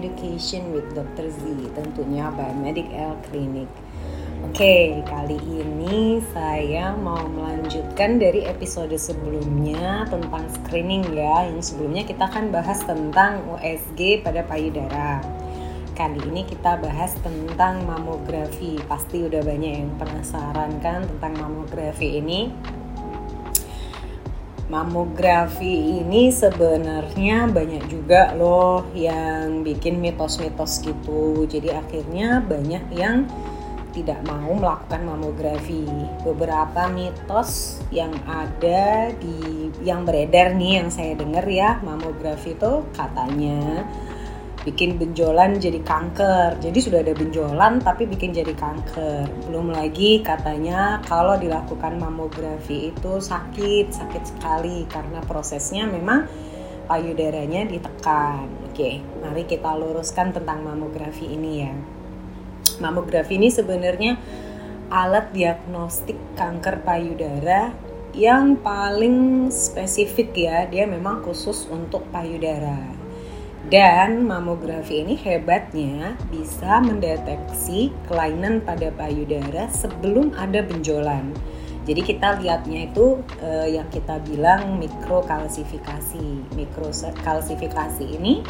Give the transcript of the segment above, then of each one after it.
Education with Dr. Z, tentunya by Medic L Clinic. Oke, kali ini saya mau melanjutkan dari episode sebelumnya tentang screening ya. Yang sebelumnya kita kan bahas tentang USG pada payudara. Kali ini kita bahas tentang mamografi. Pasti udah banyak yang penasaran kan tentang mamografi ini. Mamografi ini sebenarnya banyak juga loh yang bikin mitos-mitos gitu. Jadi akhirnya banyak yang tidak mau melakukan mamografi. Beberapa mitos yang ada yang beredar nih, yang saya dengar ya, mamografi itu katanya bikin benjolan jadi kanker. Jadi sudah ada benjolan tapi bikin jadi kanker. Belum lagi katanya kalau dilakukan mamografi itu sakit sekali karena prosesnya memang payudaranya ditekan. Oke, mari kita luruskan tentang mamografi ini ya. Mamografi ini sebenarnya alat diagnostik kanker payudara yang paling spesifik ya. Dia memang khusus untuk payudara. Dan mamografi ini hebatnya bisa mendeteksi kelainan pada payudara sebelum ada benjolan. Jadi kita lihatnya itu yang kita bilang mikrokalsifikasi. Mikrokalsifikasi ini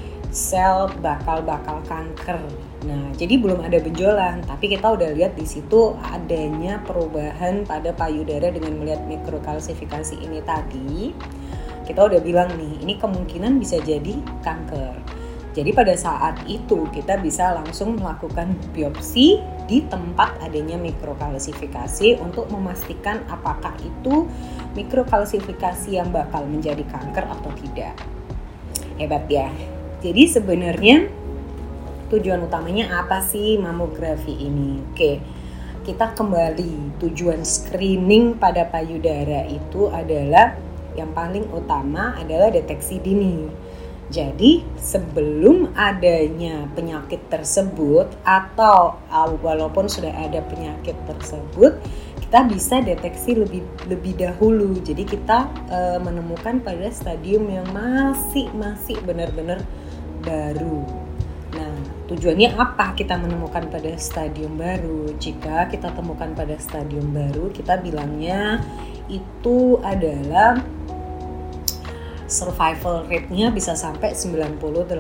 sel bakal kanker. Nah, jadi belum ada benjolan, tapi kita udah lihat di situ adanya perubahan pada payudara dengan melihat mikrokalsifikasi ini tadi. Kita udah bilang nih, ini kemungkinan bisa jadi kanker. Jadi pada saat itu kita bisa langsung melakukan biopsi di tempat adanya mikrokalsifikasi untuk memastikan apakah itu mikrokalsifikasi yang bakal menjadi kanker atau tidak. Hebat ya. Jadi sebenarnya tujuan utamanya apa sih mamografi ini? Oke, kita kembali. Tujuan screening pada payudara itu adalah yang paling utama adalah deteksi dini. Jadi sebelum adanya penyakit tersebut atau walaupun sudah ada penyakit tersebut, kita bisa deteksi lebih dahulu. Jadi kita menemukan pada stadium yang masih benar-benar baru. Nah, tujuannya apa kita menemukan pada stadium baru? Jika kita temukan pada stadium baru, kita bilangnya itu adalah survival rate-nya bisa sampai 98%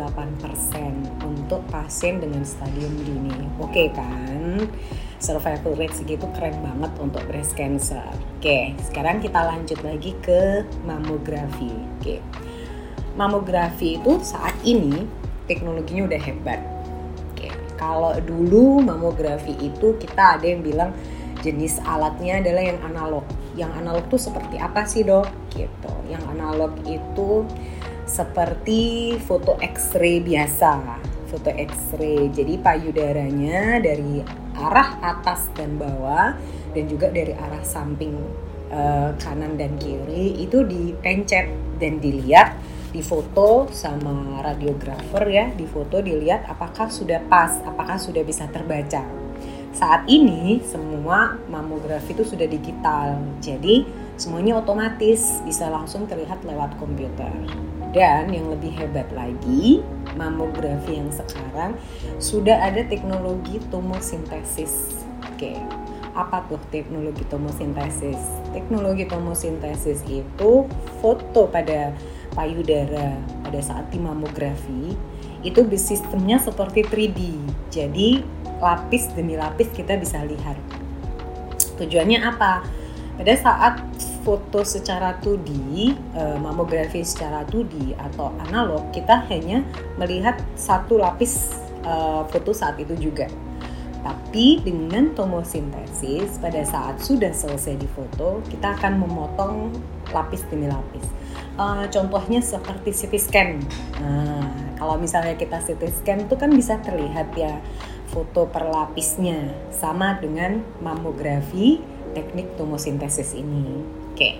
untuk pasien dengan stadium dini. Oke kan? Survival rate segitu keren banget untuk breast cancer. Oke, sekarang kita lanjut lagi ke mamografi. Oke. Mamografi itu saat ini teknologinya udah hebat. Oke, kalau dulu mamografi itu kita ada yang bilang jenis alatnya adalah yang analog. Yang analog tuh seperti apa sih dok? Gitu. Yang analog itu seperti foto X-ray biasa. Foto X-ray. Jadi payudaranya dari arah atas dan bawah dan juga dari arah samping kanan dan kiri itu dipencet dan dilihat, difoto sama radiografer ya. Difoto dilihat apakah sudah pas, apakah sudah bisa terbaca. Saat ini semua mamografi itu sudah digital, jadi semuanya otomatis bisa langsung terlihat lewat komputer. Dan yang lebih hebat lagi, mamografi yang sekarang sudah ada teknologi tomosintesis. Oke, apa tuh teknologi tomosintesis? Teknologi tomosintesis itu foto pada payudara pada saat di mamografi itu sistemnya seperti 3D. Jadi lapis demi lapis kita bisa lihat. Tujuannya apa? Pada saat foto secara 2D, mamografi secara 2D atau analog, kita hanya melihat satu lapis foto saat itu juga. Tapi dengan tomosintesis, pada saat sudah selesai difoto, kita akan memotong lapis demi lapis. Contohnya seperti CT scan. Kalau misalnya kita CT scan itu kan bisa terlihat ya foto per lapisnya, sama dengan mamografi teknik tomosintesis ini. Oke.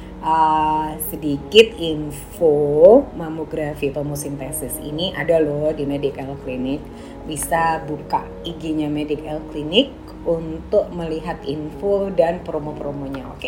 Sedikit info mamografi tomosintesis ini ada loh di Medic L Clinic. Bisa buka IG-nya Medic L Clinic untuk melihat info dan promo-promonya, oke?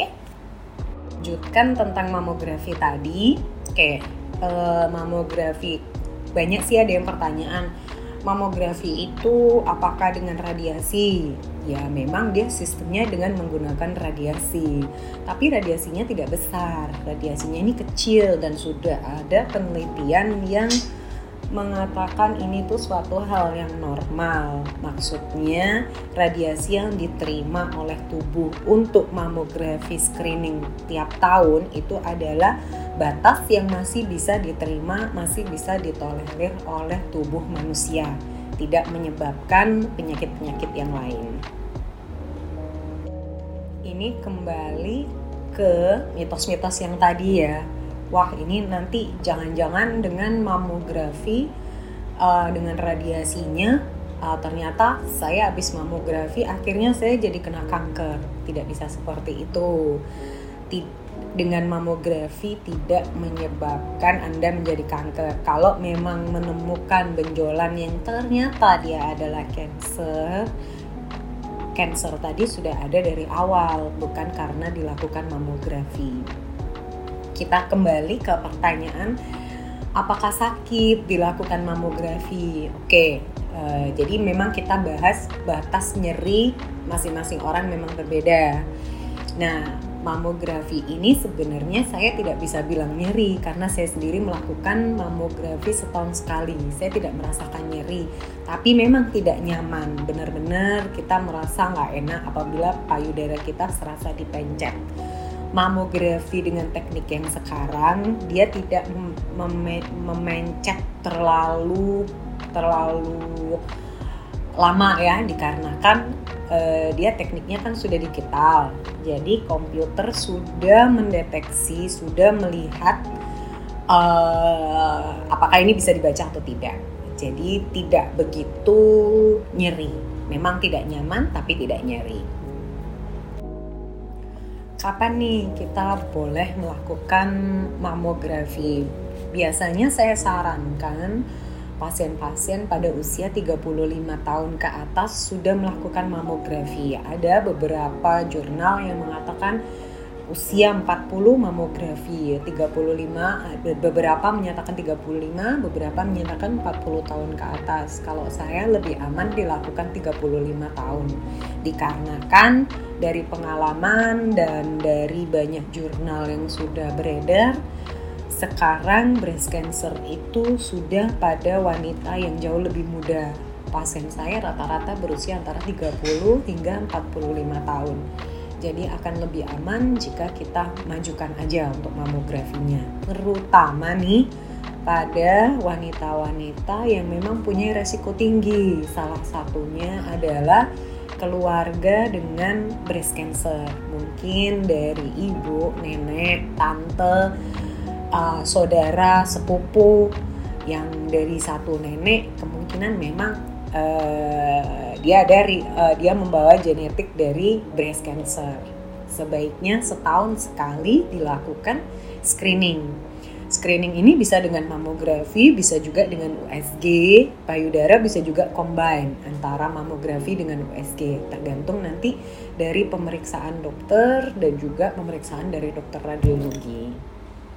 Lanjutkan tentang mamografi tadi. Oke, mamografi Banyak sih ada yang pertanyaan, mamografi itu apakah dengan radiasi? Ya memang dia sistemnya dengan menggunakan radiasi, tapi radiasinya tidak besar, radiasinya ini kecil, dan sudah ada penelitian yang mengatakan ini tuh suatu hal yang normal. Maksudnya radiasi yang diterima oleh tubuh untuk mamografi screening tiap tahun itu adalah batas yang masih bisa diterima, masih bisa ditolerir oleh tubuh manusia, tidak menyebabkan penyakit-penyakit yang lain. Ini kembali ke mitos-mitos yang tadi ya. Wah, ini nanti jangan-jangan dengan mamografi dengan radiasinya ternyata saya habis mamografi akhirnya saya jadi kena kanker. Tidak bisa seperti itu. Dengan mamografi tidak menyebabkan Anda menjadi kanker. Kalau memang menemukan benjolan yang ternyata dia adalah cancer tadi sudah ada dari awal, bukan karena dilakukan mamografi. Kita kembali ke pertanyaan, apakah sakit dilakukan mamografi? Oke, jadi memang kita bahas batas nyeri masing-masing orang memang berbeda. Nah, mamografi ini sebenarnya saya tidak bisa bilang nyeri karena saya sendiri melakukan mamografi setahun sekali. Saya tidak merasakan nyeri, tapi memang tidak nyaman. Benar-benar kita merasa nggak enak apabila payudara kita serasa dipencet. Mamografi dengan teknik yang sekarang dia tidak memencet terlalu lama ya, dikarenakan dia tekniknya kan sudah digital. Jadi komputer sudah mendeteksi, sudah melihat apakah ini bisa dibaca atau tidak. Jadi tidak begitu nyeri. Memang tidak nyaman tapi tidak nyeri. Kapan nih kita boleh melakukan mamografi? Biasanya saya sarankan pasien-pasien pada usia 35 tahun ke atas sudah melakukan mamografi. Ada beberapa jurnal yang mengatakan usia 40 mamografi, 35, beberapa menyatakan 35, beberapa menyatakan 40 tahun ke atas. Kalau saya lebih aman dilakukan 35 tahun. Dikarenakan dari pengalaman dan dari banyak jurnal yang sudah beredar, sekarang breast cancer itu sudah pada wanita yang jauh lebih muda. Pasien saya rata-rata berusia antara 30 hingga 45 tahun. Jadi akan lebih aman jika kita majukan aja untuk mamografinya. Terutama nih pada wanita-wanita yang memang punya resiko tinggi. Salah satunya adalah keluarga dengan breast cancer. Mungkin dari ibu, nenek, tante, saudara, sepupu yang dari satu nenek kemungkinan memang dia membawa genetik dari breast cancer. Sebaiknya setahun sekali dilakukan screening. Screening ini bisa dengan mamografi, bisa juga dengan USG payudara, bisa juga combine antara mamografi dengan USG, tergantung nanti dari pemeriksaan dokter dan juga pemeriksaan dari dokter radiologi.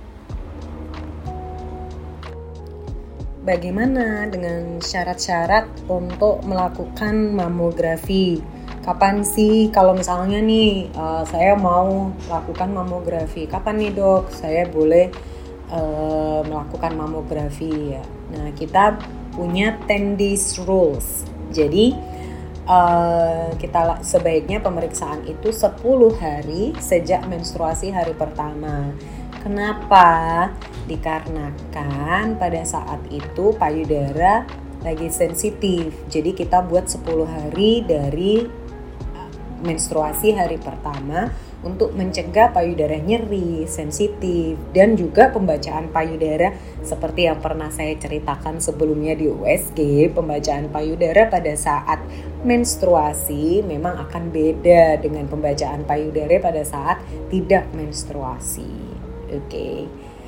Bagaimana dengan syarat-syarat untuk melakukan mamografi? Kapan sih kalau misalnya nih saya mau melakukan mamografi? Kapan nih dok saya boleh melakukan mamografi ya? Nah, kita punya 10 days rules. Jadi kita sebaiknya pemeriksaan itu 10 hari sejak menstruasi hari pertama. Kenapa? Dikarenakan pada saat itu payudara lagi sensitif. Jadi kita buat 10 hari dari menstruasi hari pertama untuk mencegah payudara nyeri, sensitif, dan juga pembacaan payudara seperti yang pernah saya ceritakan sebelumnya di USG. Pembacaan payudara pada saat menstruasi memang akan beda dengan pembacaan payudara pada saat tidak menstruasi. Oke.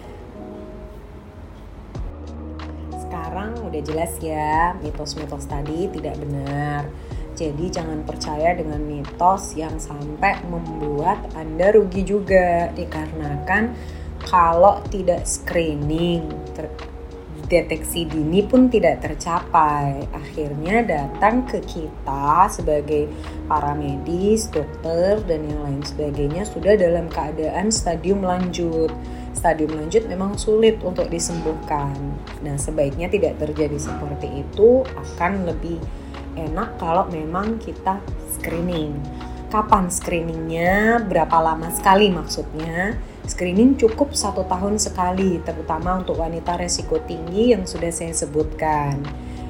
Sekarang udah jelas ya, mitos-mitos tadi tidak benar. Jadi jangan percaya dengan mitos yang sampai membuat Anda rugi juga. Dikarenakan kalau tidak screening deteksi dini pun tidak tercapai. Akhirnya datang ke kita sebagai para medis, dokter, dan yang lain sebagainya sudah dalam keadaan stadium lanjut. Stadium lanjut memang sulit untuk disembuhkan. Nah, sebaiknya tidak terjadi seperti itu, akan lebih enak kalau memang kita screening. Kapan screeningnya? Berapa lama sekali maksudnya? Screening cukup 1 tahun sekali, terutama untuk wanita resiko tinggi yang sudah saya sebutkan.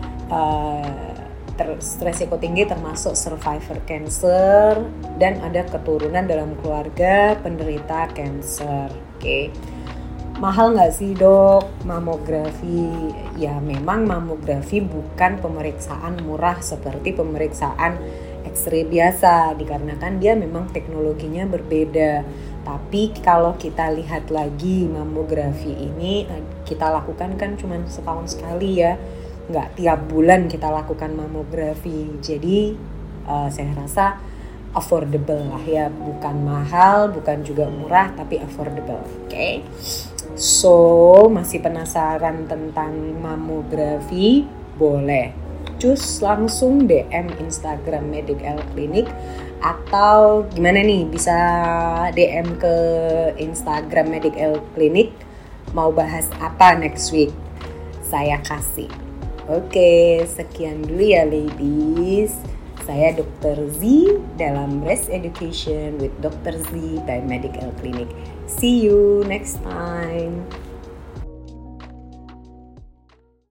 Resiko tinggi termasuk survivor cancer dan ada keturunan dalam keluarga penderita cancer. Oke. Mahal nggak sih dok mamografi? Ya memang mamografi bukan pemeriksaan murah seperti pemeriksaan X-ray biasa, dikarenakan dia memang teknologinya berbeda. Tapi kalau kita lihat lagi mamografi ini kita lakukan kan cuma setahun sekali ya, nggak tiap bulan kita lakukan mamografi. Jadi saya rasa affordable lah ya, bukan mahal, bukan juga murah, tapi affordable. Oke. So, masih penasaran tentang mamografi? Boleh cus langsung DM Instagram Medical Clinic, atau gimana nih, bisa DM ke Instagram Medical Clinic mau bahas apa next week, saya kasih. Oke, sekian dulu ya ladies. Saya Dr. Z dalam Breast Education with Dr. Z by Medical Clinic. See you next time.